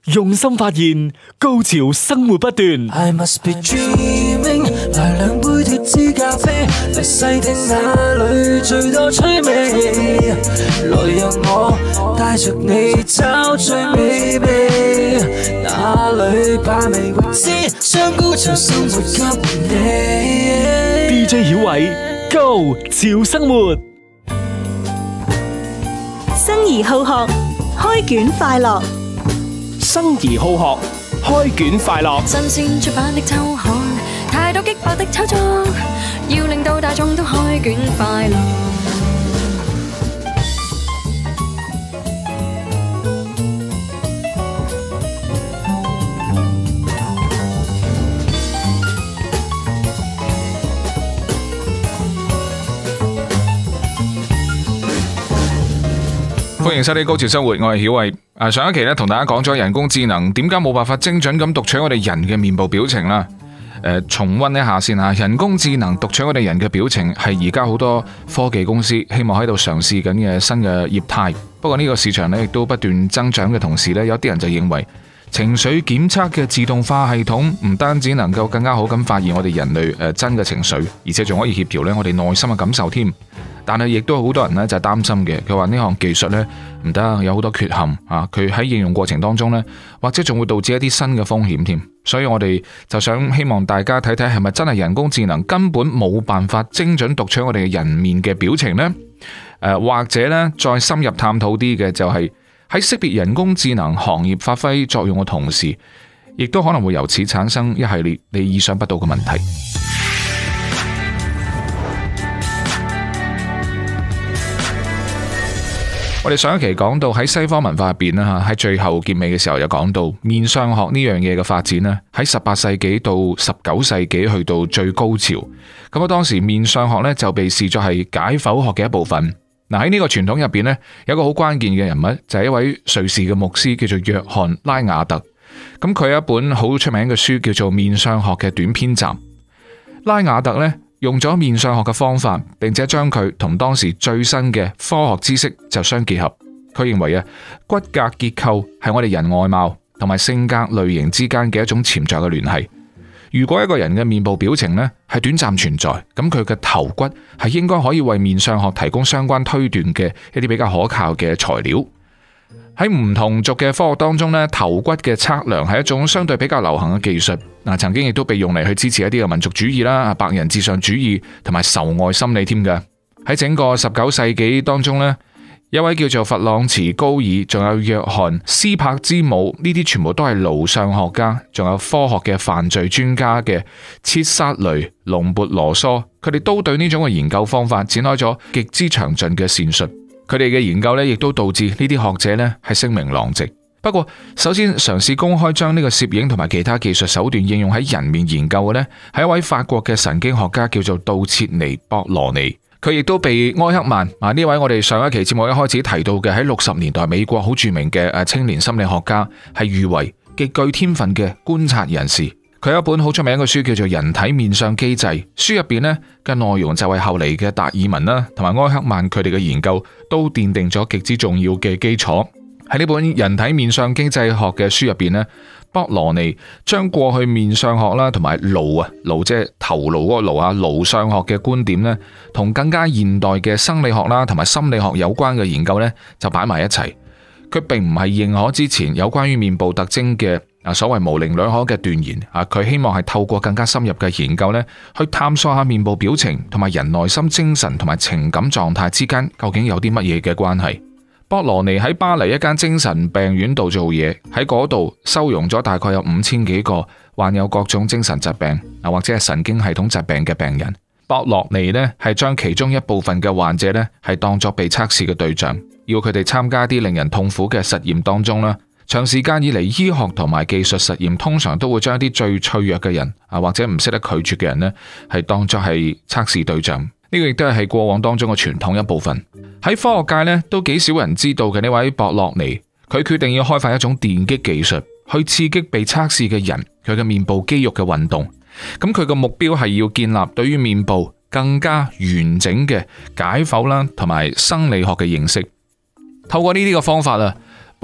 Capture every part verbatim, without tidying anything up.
用心發現，高潮生活不斷。 I must be dreaming， 來兩杯脫脂咖啡，嚟細聽哪裏最多趣味。來讓我帶着你找最美味，哪裏把味未知，將高潮生活給你。 D J 曉偉，Go 潮生活， 生而好學，開卷快樂。 生而好學，開卷快樂。 新鮮出版的週刊，太多激爆的炒作，要令到大眾都開卷快樂。 歡迎收睇《高潮生活》，我係曉偉。啊，上一期咧同大家講咗人工智能點解冇辦法精準咁讀取我哋人嘅面部表情啦。誒、呃，重溫一下先吓，人工智能讀取我哋人嘅表情係而家好多科技公司希望喺度嘗試緊嘅新嘅業態。不過呢個市場咧亦都不斷增長嘅同時咧，有啲人就認為情緒檢測嘅自動化系統唔單止能夠更加好咁發現我哋人類誒真嘅情緒，而且仲可以協調咧我哋內心嘅感受添。但係亦都好多人咧就係擔心嘅，佢話呢項技術咧唔得，有好多缺陷啊！佢喺應用過程當中咧，或者仲會導致一啲新嘅風險添。所以我哋就想希望大家睇睇係咪真係人工智能根本冇辦法精準讀取我哋嘅人面嘅表情呢？誒、呃，或者咧再深入探討啲嘅就係喺識別人工智能行業發揮作用嘅同時，亦都可能會由此產生一系列你意想不到嘅問題。我哋上一期講到喺西方文化入邊啦，喺最後結尾嘅時候又講到面相學呢樣嘢嘅發展咧，喺十八世紀到十九世紀去到最高潮。咁啊，當時面相學咧就被視作係解剖學嘅一部分。嗱，喺呢個傳統入邊咧，有一個好關鍵嘅人物就係一位瑞士嘅牧師，叫做約翰拉雅特。咁佢有一本好出名嘅書叫做《面相學嘅短篇集》。拉雅特咧用咗面相學嘅方法，並且將佢同當時最新嘅科學知識就相結合。佢認為啊，骨骼結構係我哋人外貌同埋性格類型之間嘅一種潛在嘅聯繫。如果一個人嘅面部表情呢係短暫存在，咁佢嘅頭骨係應該可以為面相學提供相關推斷嘅一啲比較可靠嘅材料。喺唔同族嘅科學當中呢，頭骨嘅測量係一種相對比較流行嘅技術。嗱，曾經亦都被用嚟去支持一啲嘅民族主義啦、白人至上主義同埋仇外心理添嘅。喺整個十九世紀當中呢，一位叫做弗朗茨高爾，仲有約翰斯柏之姆，呢啲全部都係顱相學家，仲有科學嘅犯罪專家嘅切薩雷隆勃羅梭，佢哋都對呢種嘅研究方法展開咗極之詳盡嘅闡述。佢哋嘅研究呢，亦都導致呢啲學者呢係聲名狼藉。不過，首先嘗試公開將呢個攝影同埋其他技術手段應用喺人面研究嘅呢，係一位法國嘅神經學家，叫做杜切尼博羅尼。佢亦都被埃克曼啊呢位我哋上一期節目一開始提到嘅喺六十年代美國好著名嘅誒青年心理學家，係譽為極具天分嘅觀察人士。佢有一本好出名嘅書叫做《人體面相機制》，書入邊呢嘅內容就係後嚟嘅達爾文啦同埋埃克曼佢哋嘅研究都奠定咗極之重要嘅基礎。喺呢本人體面相經濟學嘅書入邊呢，博羅尼將過去面相學啦同埋顱啊顱即係頭顱嗰個顱啊顱相學嘅觀點呢，同更加現代嘅生理學啦同埋心理學有關嘅研究呢，就擺埋一齊。佢並唔係認可之前有關於面部特徵嘅啊所謂模棱兩可嘅斷言啊，佢希望係透過更加深入嘅研究呢，去探索下面部表情同埋人內心精神同埋情感狀態之間究竟有啲乜嘢嘅關係。博羅尼喺巴黎一間精神病院度做嘢，喺嗰度收容咗大概有五千幾個患有各種精神疾病啊或者係神經系統疾病嘅病人。博羅尼呢係將其中一部分嘅患者呢係當作被測試嘅對象，要佢哋參加啲令人痛苦嘅實驗當中啦。長時間以嚟，醫學同埋技術實驗通常都會將一啲最脆弱嘅人啊或者唔識得拒絕嘅人呢係當作係測試對象。呢個亦都係喺過往當中嘅傳統一部分。喺科學界呢，都幾少人知道嘅呢位博洛尼，佢決定要開發一種電擊技術，去刺激被測試嘅人佢嘅面部肌肉嘅運動。咁佢嘅目標係要建立對於面部更加完整嘅解剖啦，同埋生理學嘅認識。透過呢啲嘅方法啊，博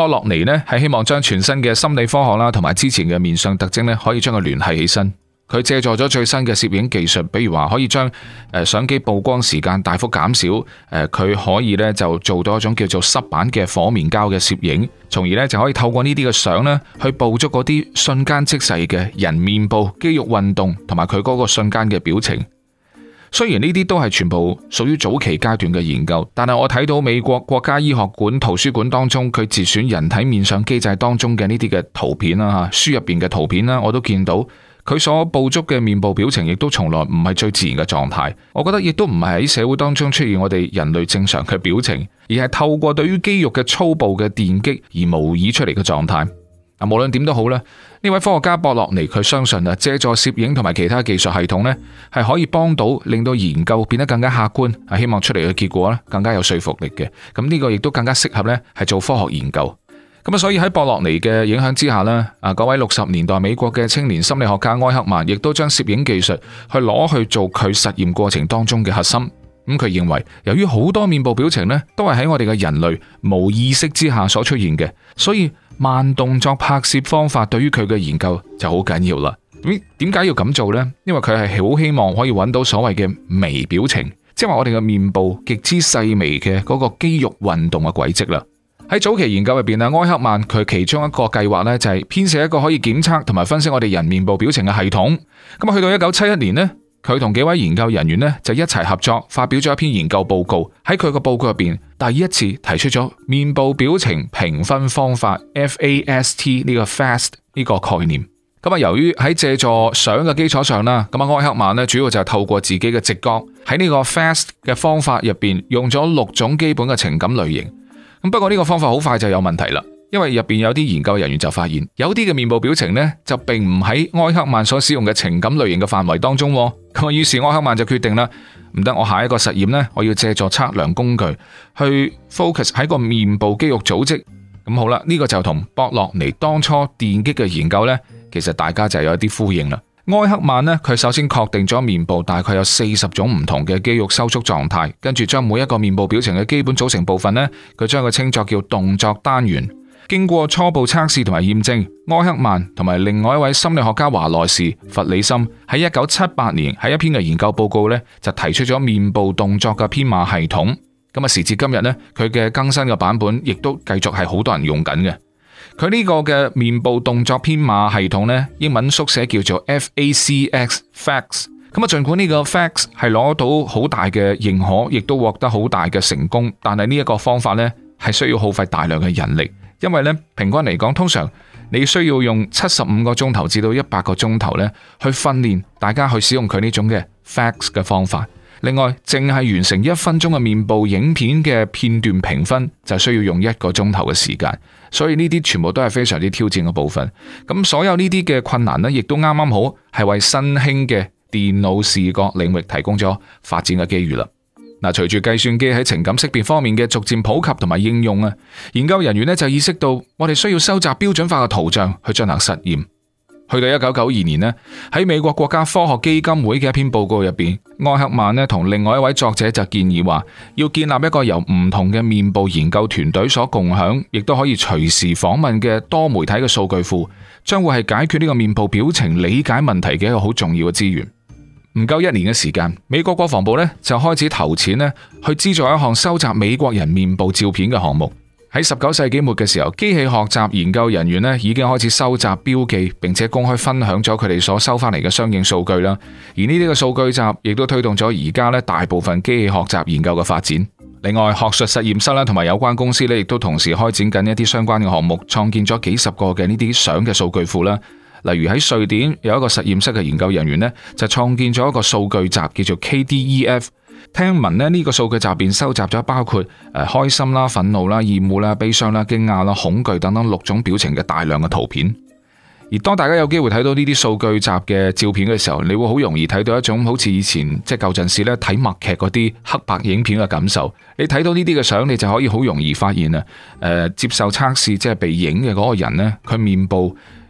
博洛尼呢係希望將全新嘅心理科學啦，同埋之前嘅面相特徵呢，可以將佢聯繫起身。佢借助咗最新嘅攝影技術，比如話可以將誒相機曝光時間大幅減少，誒佢可以咧就做到一種叫做濕版嘅火面膠嘅攝影，從而咧就可以透過呢啲嘅相咧去捕捉嗰啲瞬間即逝嘅人面部肌肉運動同埋佢嗰個瞬間嘅表情。雖然呢啲都係全部屬於早期階段嘅研究，但係我睇到美國國家醫學館圖書館當中佢截選人體面相機制當中嘅呢啲嘅圖片啦，書入邊嘅圖片啦，我都見到。佢所捕捉嘅面部表情亦都從來唔係最自然嘅狀態，我覺得亦都唔係喺社會當中出現我哋人類正常嘅表情，而係透過對於肌肉嘅粗暴嘅電擊而模擬出嚟嘅狀態。啊，無論點都好啦，呢位科學家博洛尼佢相信啊，借助攝影同埋其他技術系統呢，係可以幫到令到研究變得更加客觀，係希望出嚟嘅結果呢更加有說服力嘅。咁呢個亦都更加適合呢係做科學研究。咁啊，所以喺博洛尼嘅影響之下呢，啊，嗰位六十年代美國嘅青年心理學家埃克曼，亦都將攝影技術去攞去做佢實驗過程當中嘅核心。咁佢認為，由於好多面部表情呢都係喺我哋嘅人類無意識之下所出現嘅，所以慢動作拍攝方法對於佢嘅研究就好緊要啦。咁點解要咁做呢？因為佢係好希望可以揾到所謂嘅微表情，即係話我哋嘅面部極之細微嘅嗰個肌肉運動嘅軌跡啦。喺早期研究入邊啊，埃克曼佢其中一個計劃呢，就係編寫一個可以檢測同埋分析我哋人面部表情嘅系統。咁啊，去到一九七一年呢，佢同幾位研究人員呢，就一齊合作發表咗一篇研究報告。喺佢個報告入邊，第一次提出咗面部表情評分方法 F A S T 呢個 FAST 呢個概念。咁啊，由於喺借助相嘅基礎上啦，咁啊，埃克曼呢，主要就係透過自己嘅直覺喺呢個 FAST 嘅方法入邊用咗六種基本嘅情感類型。咁不過呢個方法好快就有問題啦，因為入邊有啲研究人員就發現，有啲嘅面部表情呢，就並唔喺埃克曼所使用嘅情感類型嘅範圍當中。咁啊，於是埃克曼就決定啦，唔得，我下一個實驗呢，我要借助測量工具去 focus 喺個面部肌肉組織。咁好啦，呢個就同博洛尼當初電擊嘅研究呢，其實大家就有一啲呼應啦。埃克曼呢，佢首先確定咗面部大概有四十種唔同嘅肌肉收縮狀態，跟住將每一個面部表情嘅基本組成部分呢，佢將佢稱作叫動作單元。經過初步測試同埋驗證，埃克曼同埋另外一位心理學家華萊士弗里森喺一九七八年喺一篇嘅研究報告呢，就提出咗面部動作嘅編碼系統。咁啊，時至今日呢，佢嘅更新嘅版本亦都繼續係好多人用緊嘅。佢呢個嘅面部動作編碼系統呢，英文縮寫叫做 F A C X，FACS。咁啊，盡管呢個 FACS 係攞到好大嘅認可，亦都獲得好大嘅成功，但係呢一個方法呢，係需要耗費大量嘅人力，因為呢，平均嚟講，通常你需要用七十五個鐘頭至到一百個鐘頭呢，去訓練大家去使用佢呢種嘅 FACS 嘅方法。另外，淨係完成一分鐘嘅面部影片嘅片段評分，就需要用一個鐘頭嘅時間。所以呢啲全部都係非常之挑戰嘅部分。咁所有呢啲嘅困難呢，亦都啱啱好係為新興嘅電腦視覺領域提供咗發展嘅機遇啦。嗱，隨住計算機喺情感識別方面嘅逐漸普及同埋應用啊，研究人員呢就意識到我哋需要收集標準化嘅圖像去進行實驗。去到一九九二年呢，喺美國國家科學基金會嘅一篇報告入邊，埃克曼呢同另外一位作者就建議話，要建立一個由唔同嘅面部研究團隊所共享，亦都可以隨時訪問嘅多媒體嘅數據庫，將會係解決呢個面部表情理解問題嘅一個好重要嘅資源。唔夠一年嘅時間，美國國防部呢就開始投錢呢去資助一項收集美國人面部照片嘅項目。喺十九世紀末嘅時候，機器學習研究人員咧已經開始收集、標記，並且公開分享咗佢哋所收翻嚟嘅相應數據啦。而呢啲嘅數據集亦都推動咗而家咧大部分機器學習研究嘅發展。另外，學術實驗室啦同埋有關公司咧，亦都同時開展緊一啲相關嘅項目，創建咗幾十個嘅呢啲相嘅數據庫啦。例如喺瑞典有一個實驗室嘅研究人員咧，就創建咗一個數據集，叫做 K D E F。聽聞咧呢個數據集入邊收集咗包括誒開心啦、憤怒啦、厭惡啦、悲傷啦、驚訝啦、恐懼等等六種表情嘅大量嘅圖片。而當大家有機會睇到呢啲數據集嘅照片嘅時候，你會好容易睇到一種好似以前即係舊陣時咧睇默劇嗰啲黑白影片嘅感受。你睇到呢啲嘅相，你就可以好容易發現啊，誒、呃、接受測試即係被影嘅嗰個人呢，佢面部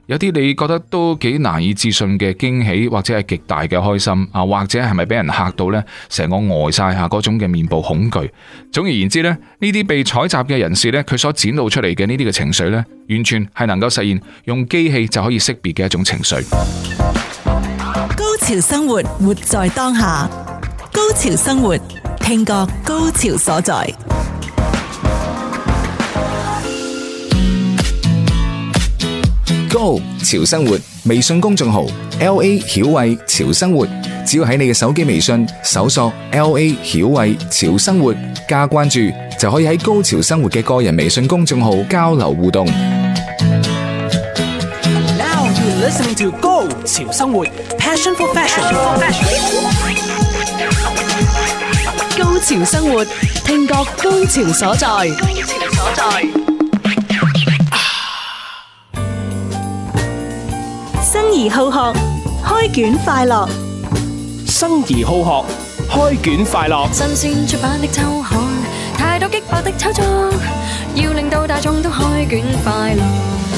有啲你覺得都幾難以置信嘅驚喜，或者係極大嘅開心啊，或者係咪俾人嚇到呢？成個呆晒下嗰種嘅面部恐懼。總而言之呢，呢啲被採集嘅人士呢，佢所展露出嚟嘅呢啲嘅情緒呢，完全係能夠實現用機器就可以識別嘅一種情緒。 高潮生活，活在當下。高潮生活，聽覺高潮所在。 Go 潮生活微信公眾號 L A 曉慧潮生活，只要喺你嘅手機微信搜索 L A 曉慧潮生活加關注，就可以喺高潮生活嘅個人微信公眾號交流互動。 Now you listening to Go 潮生活 Passion for Fashion。 高潮生活，聽覺高潮所在。高潮所在。生而好學，開卷快樂。 生而好學，開卷快樂。 新鮮出版的週刊，太多激爆的炒作，要令到大眾都開卷快樂。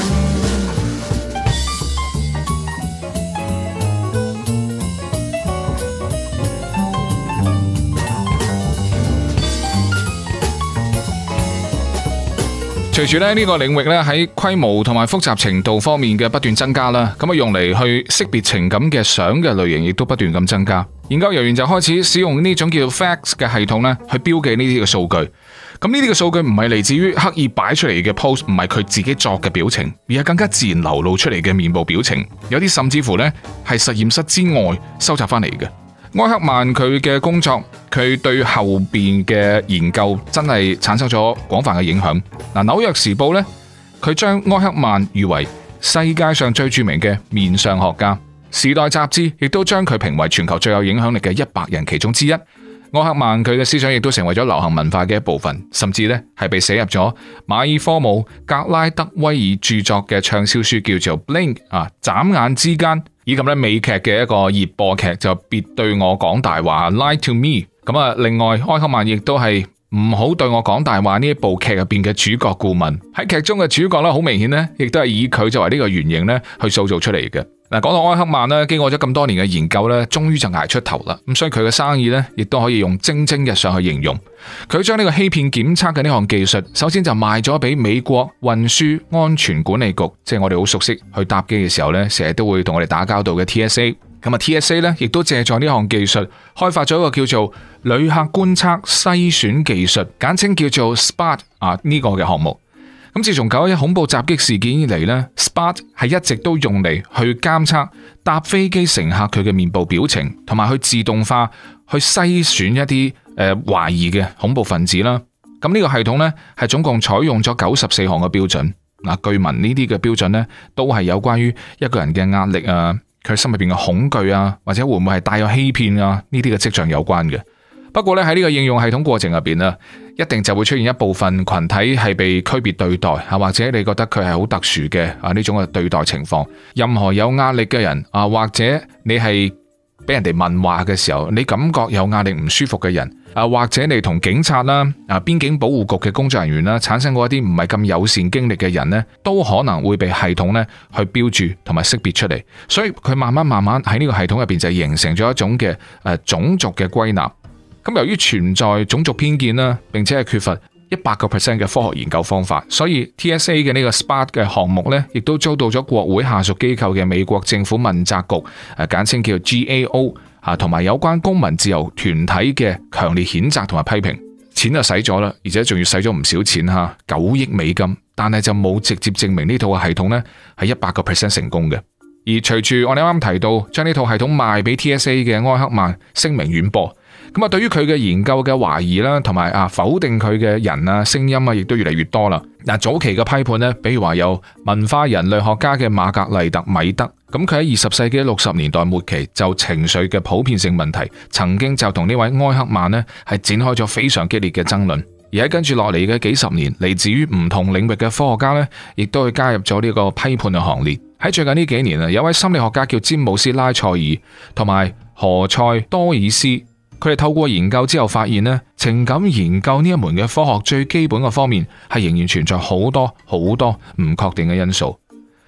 隨住咧呢個領域咧喺規模同埋複雜程度方面嘅不斷增加啦，咁啊用嚟去識別情感嘅相嘅類型亦都不斷咁增加。研究人員就開始使用呢種叫 Facts 嘅系統咧去標記呢啲嘅數據。咁呢啲嘅數據唔係嚟自於刻意擺出嚟嘅 post， 唔係佢自己作嘅表情，而係更加自然流露出嚟嘅面部表情。有啲甚至乎呢係實驗室之外收集翻嚟嘅。埃克曼佢嘅工作，佢對後邊嘅研究真係產生咗廣泛嘅影響。嗱，紐約時報呢，佢將埃克曼譽為世界上最著名嘅面相學家。時代雜誌亦都將佢評為全球最有影響力嘅一百人其中之一。埃克曼佢嘅思想亦都成為咗流行文化嘅一部分，甚至呢係被寫入咗馬爾科姆格拉德威爾著作嘅暢銷書叫做《Blink》啊，眨眼之間。以及咧美劇嘅一個熱播劇就別對我講大話 Lie to Me。 咁啊，另外埃克曼亦都係唔好對我講大話呢一部劇入邊嘅主角顧問。喺劇中嘅主角咧，好明顯咧，亦都係以佢作為呢個原型咧去塑造出嚟嘅。嗱，講到埃克曼咧，經過咗咁多年嘅研究咧，終於就捱出頭啦。咁所以佢嘅生意咧，亦都可以用蒸蒸日上去形容。佢將呢個欺騙檢測嘅呢項技術，首先就賣咗俾美國運輸安全管理局，即係我哋好熟悉去搭機嘅時候咧，成日都會同我哋打交道嘅 T S A。咁啊 T S A 咧，亦都借助呢項技術開發咗一個叫做旅客觀測篩選技術，簡稱叫做 S P O T 啊呢個嘅項目。咁自從九一一恐怖襲擊事件以嚟呢 S P O T 係一直都用嚟去監測搭飛機乘客佢嘅面部表情，同埋去自動化去篩選一啲誒懷疑嘅恐怖分子啦。咁呢個系統呢，係總共採用咗九十四項嘅標準。嗱，據聞呢啲嘅標準呢，都係有關於一個人嘅壓力啊，佢心入邊嘅恐懼啊，或者會唔會係帶有欺騙啊呢啲嘅跡象有關嘅。不過咧喺呢個應用系統過程入邊啊，一定就會出現一部分群體係被區別對待啊，或者你覺得佢係好特殊嘅啊呢種嘅對待情況。任何有壓力嘅人啊，或者你係俾人哋問話嘅時候，你感覺有壓力唔舒服嘅人啊，或者你同警察啦啊邊境保護局嘅工作人員啦產生過一啲唔係咁友善經歷嘅人呢，都可能會被系統呢去標注同埋識別出嚟。所以佢慢慢慢慢喺呢個系統入邊就形成咗一種嘅誒種族嘅歸納。咁由於存在種族偏見啦，並且係缺乏一百個 percent 嘅科學研究方法，所以 T S A 嘅呢個 S P O T 嘅項目呢，亦都遭到咗國會下屬機構嘅美國政府問責局誒，簡稱叫 G A O 啊，同埋有關公民自由團體嘅強烈譴責同埋批評。錢就使咗啦，而且仲要使咗唔少錢吓，九億美金，但係就冇直接證明呢套嘅系統呢係一百個 percent 成功嘅。而隨住我哋啱啱提到將呢套系統賣俾 T S A 嘅埃克曼聲名遠播。咁啊，對於佢嘅研究嘅懷疑啦，同埋啊否定佢嘅人啊聲音啊，亦都越嚟越多啦。嗱，早期嘅批判呢，比如話有文化人類學家嘅瑪格麗特米德，咁佢喺二十世紀六十年代末期就情緒嘅普遍性問題，曾經就同呢位埃克曼呢係展開咗非常激烈嘅爭論。而喺跟住落嚟嘅幾十年，嚟自於唔同領域嘅科學家呢，亦都去加入咗呢個批判嘅行列。喺最近呢幾年啊，有位心理學家叫詹姆斯拉塞爾同埋何塞多爾斯。佢哋透過研究之後發現呢，情感研究呢一門嘅科學最基本嘅方面係仍然存在好多好多唔確定嘅因素。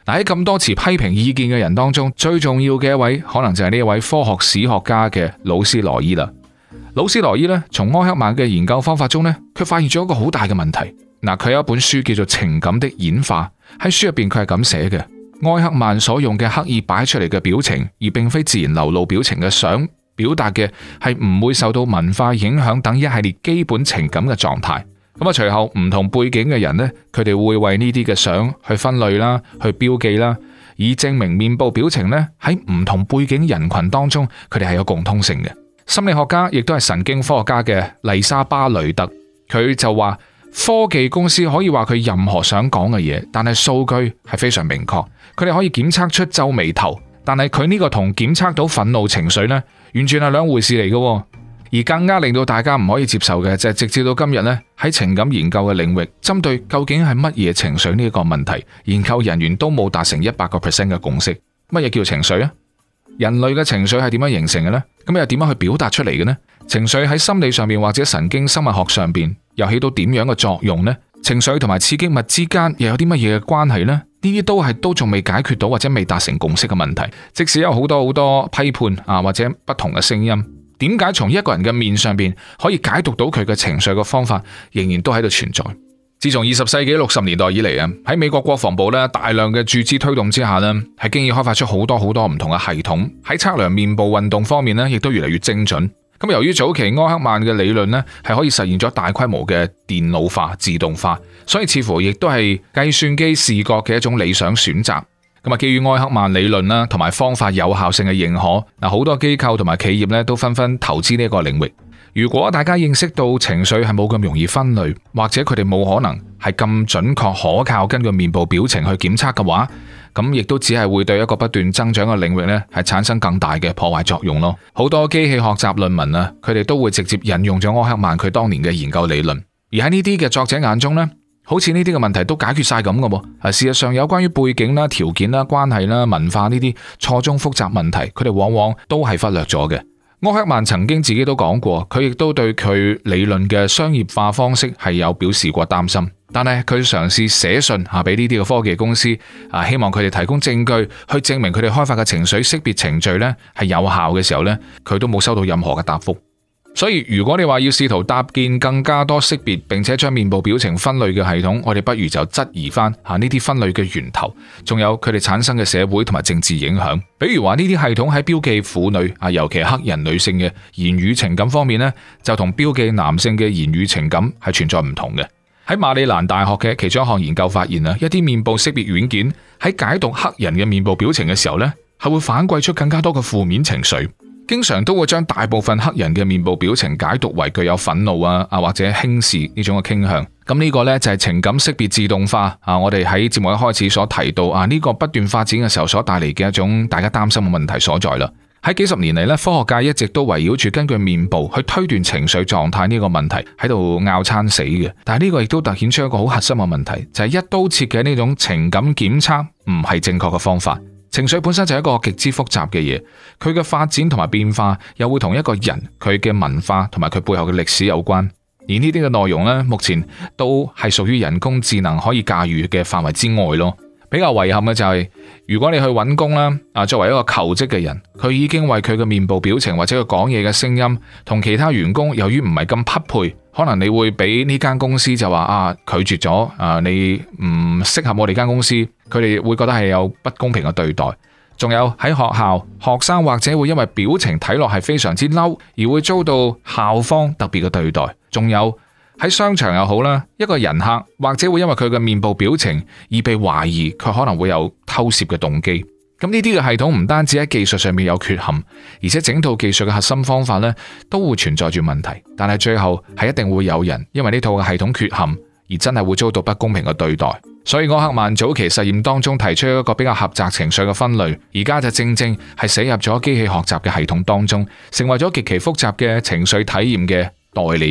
嗱，喺咁多持批評意見嘅人當中，最重要嘅一位可能就係呢一位科學史學家嘅魯斯羅伊啦。魯斯羅伊呢，從埃克曼嘅研究方法中呢，佢發現咗一個好大嘅問題。嗱，佢有一本書叫做《情感的演化》，喺書入邊佢係咁寫嘅：埃克曼所用嘅刻意擺出嚟嘅表情，而並非自然流露表情嘅相，表達嘅係唔會受到文化影響等一系列基本情感嘅狀態。咁啊，隨後唔同背景嘅人呢，佢哋會為呢啲嘅相去分類啦，去標記啦，以證明面部表情呢喺唔同背景人群當中，佢哋係有共通性嘅。心理學家亦都係神經科學家嘅麗莎巴雷特，佢就話科技公司可以話佢任何想講嘅嘢，但係數據係非常明確，佢哋可以檢測出皺眉頭，但係佢呢個同檢測到憤怒情緒呢，完全係兩回事嚟嘅。而更加令到大家唔可以接受嘅就係直至到今日呢，喺情感研究嘅領域，針對究竟係乜嘢情緒呢一個問題，研究人員都冇達成一百個 percent 嘅共識。乜嘢叫情緒啊？人類嘅情緒係點樣形成嘅呢？咁又點樣去表達出嚟嘅呢？情緒喺心理上面或者神經生物學上邊又起到點樣嘅作用呢？情緒同埋刺激物之間又有啲乜嘢嘅關係呢？呢啲都係都仲未解決到或者未達成共識嘅問題。即使有好多好多批判啊或者不同嘅聲音，點解從一個人嘅面上邊可以解讀到佢嘅情緒嘅方法，仍然都喺度存在。自從二十世紀六十年代以嚟啊，喺美國國防部咧大量嘅注資推動之下咧，係經已開發出好多好多唔同嘅系統，喺測量面部運動方面咧，亦都越嚟越精準。咁由於早期埃克曼嘅理論咧係可以實現咗大規模嘅電腦化、自動化，所以似乎亦都係計算機視覺嘅一種理想選擇。咁啊，基於埃克曼理論啦，同埋方法有效性嘅認可，嗱，好多機構同埋企業咧都紛紛投資呢一個領域。如果大家認識到情緒係冇咁容易分類，或者佢哋冇可能係咁準確可靠根據面部表情去檢測嘅話，咁亦都只係會對一個不斷增長嘅領域咧係產生更大嘅破壞作用咯。好多機器學習論文啊，佢哋都會直接引用咗埃克曼佢當年嘅研究理論，而喺呢啲嘅作者眼中呢，好似呢啲嘅問題都解決晒咁嘅噃。事實上有關於背景啦、條件啦、關係啦、文化呢啲錯綜複雜問題，佢哋往往都係忽略咗嘅。埃克曼曾經自己都講過，佢亦都對佢理論嘅商業化方式係有表示過擔心。但係佢嘗試寫信啊俾呢啲嘅科技公司啊，希望佢哋提供證據去證明佢哋開發嘅情緒識別程序咧係有效嘅時候咧，佢都冇收到任何嘅答覆。所以如果你話要試圖搭建更加多識別並且將面部表情分類嘅系統，我哋不如就質疑翻吓呢啲分類嘅源頭，仲有佢哋產生嘅社會同埋政治影響。比如話呢啲系統喺標記婦女啊，尤其係黑人女性嘅言語情感方面呢，就同標記男性嘅言語情感係存在唔同嘅。喺馬里蘭大學嘅其中一項研究發現啊，一啲面部識別軟件喺解讀黑人嘅面部表情嘅時候呢，係會反饋出更加多嘅負面情緒。經常都會將大部分黑人嘅面部表情解讀為具有憤怒啊啊或者輕視呢種嘅傾向。咁呢個呢，就係情感識別自動化啊！我哋喺節目一開始所提到啊，呢個不斷發展嘅時候所帶嚟嘅一種大家擔心嘅問題所在啦。喺幾十年嚟呢，科學界一直都圍繞住根據面部去推斷情緒狀態呢個問題喺度拗餐死嘅。但係呢個亦都凸顯出一個好核心嘅問題，就係一刀切嘅呢種情感檢測唔係正確嘅方法。情緒本身就係一個極之複雜嘅嘢，佢嘅發展同埋變化又會同一個人佢嘅文化同埋佢背後嘅歷史有關，而呢啲嘅內容呢，目前都係屬於人工智能可以駕馭嘅範圍之外咯。比較遺憾嘅就係、是，如果你去揾工啦，啊作為一個求職嘅人，佢已經為佢嘅面部表情或者佢講嘢嘅聲音同其他員工由於唔係咁匹配，可能你會俾呢間公司就話啊拒絕咗啊，你唔適合我哋間公司，佢哋會覺得係有不公平嘅對待。仲有喺學校，學生或者會因為表情睇落係非常之嬲，而會遭到校方特別嘅對待。仲有喺商場又好啦，一個人客或者會因為佢嘅面部表情而被懷疑佢可能會有偷竊嘅動機。咁呢啲嘅系統唔單止喺技術上面有缺陷，而且整套技術嘅核心方法呢都會存在住問題。但係最後係一定會有人因為呢套嘅系統缺陷而真係會遭到不公平嘅對待。所以埃克曼早期實驗當中提出一個比較狹窄情緒嘅分類，而家就正正係寫入咗機器學習嘅系統當中，成為咗極其複雜嘅情緒體驗嘅代理人。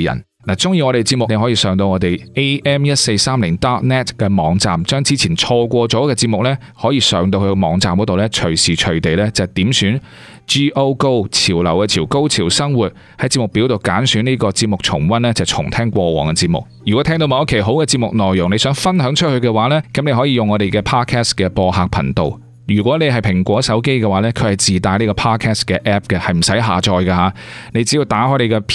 嗱，中意我哋節目，你可以上到我哋 A M 一四三零 dot net 嘅網站，將之前錯過咗嘅節目呢，可以上到去個網站嗰度呢，隨時隨地呢，就點選 G O Go 潮流嘅潮高潮生活，喺節目表度揀選呢個節目重溫呢，就重聽過往嘅節目。如果聽到某一期好嘅節目內容，你想分享出去嘅話呢，咁你可以用我哋嘅 Podcast 嘅播客頻道。如果你係蘋果手機嘅話呢，佢係自帶呢個 Podcast 嘅 app 嘅，係唔使下載嘅吓。你只要打開你嘅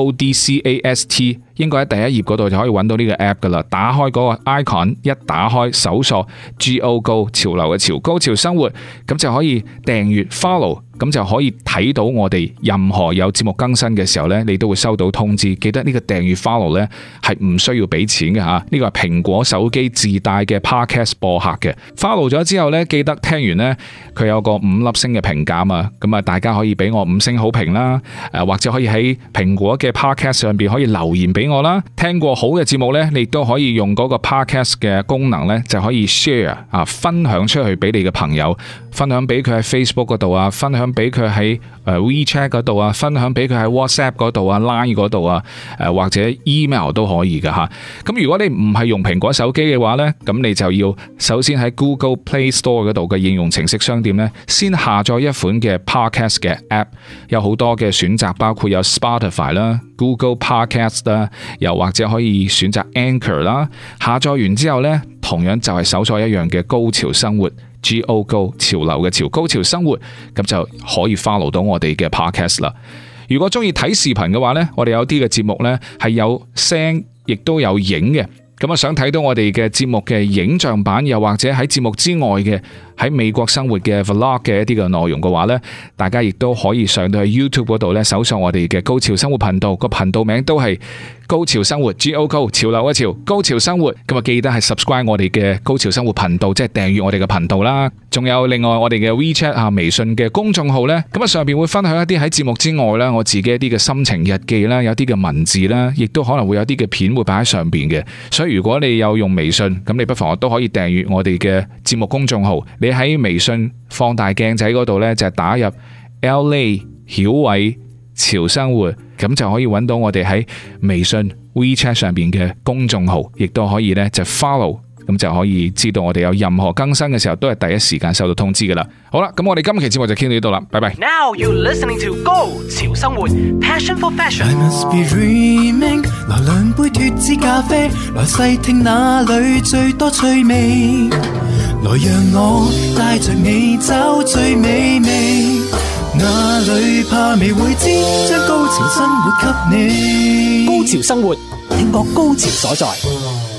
Podcast， 應該喺第一頁嗰度就可以揾到呢個 app 噶啦。打開嗰個 icon， 一打開搜索 G O Go 潮流嘅潮高潮生活，咁就可以訂閱 follow， 咁就可以睇到我哋任何有節目更新嘅時候呢，你都會收到通知。記得呢個訂閱 follow 呢係唔需要俾錢嘅吓，呢個係蘋果手機自帶嘅 Podcast 播客嘅。follow 咗之後呢，記得聽完呢，佢有個五粒星嘅評價啊，咁啊大家可以俾我五星好評啦，誒或者可以喺蘋果嘅 Podcast 上邊可以留言俾我啦。聽過好嘅節目呢，你亦都可以用嗰個 Podcast 嘅功能呢，就可以 share 啊，分享出去俾你嘅朋友，分享俾佢喺 Facebook 嗰度啊，分享俾佢喺誒 WeChat 嗰度啊，分享俾佢喺 WhatsApp 嗰度啊、Line 嗰度啊，誒或者 email 都可以噶吓。咁如果你唔係用蘋果手機嘅話呢，咁你就要首先喺 Google Play Store 嗰度嘅應用程式商店呢，先下載一款嘅 Podcast 嘅 App， 有好多嘅選擇，包括有 Spotify 啦、Google Podcast 啦，又或者可以選擇 Anchor 啦。下載完之後呢，同樣就係搜索一樣嘅高潮生活 G O Go 潮流嘅潮高潮生活，咁就可以 follow 到我哋嘅 podcast 啦。如果中意睇視頻嘅話呢，我哋有啲嘅節目呢係有聲亦都有影嘅。咁啊，想睇到我哋嘅節目嘅影像版，又或者喺節目之外嘅喺美國生活嘅 vlog 嘅一啲嘅內容嘅話呢，大家亦都可以上到去 YouTube 嗰度呢，搜索我哋嘅高潮生活頻道，個頻道名都係高潮生活 G O Go 潮流嘅潮高潮生活。咁啊，記得係 subscribe 我哋嘅高潮生活頻道，即係訂閱我哋嘅頻道啦。仲有另外我哋嘅 WeChat 啊，微信嘅公眾號呢，咁啊上邊會分享一啲喺節目之外啦，我自己一啲嘅心情日記啦，有啲嘅文字啦，亦都可能會有啲嘅片會擺喺上邊嘅。所以如果你有用微信，咁你不妨都可以訂閱我哋嘅節目公眾號。你喺微信放大鏡仔嗰度呢，就係打入 L A 曉偉潮生活，咁就可以揾到我哋喺微信 WeChat 上邊嘅公眾號，亦都可以呢就 follow， 咁就可以知道我哋有任何更新嘅時候都係第一時間收到通知噶啦。好啦，咁我哋今期節目就傾到呢度啦，拜拜。 Now you listening to 高潮生活 Passion for Fashion。 I must be dreaming， 來兩杯脫脂咖啡，來細聽哪裏最多趣味，來讓我帶着你找最美味，哪裏怕未會知，將高潮生活給你。 高潮生活，聽覺高潮所在。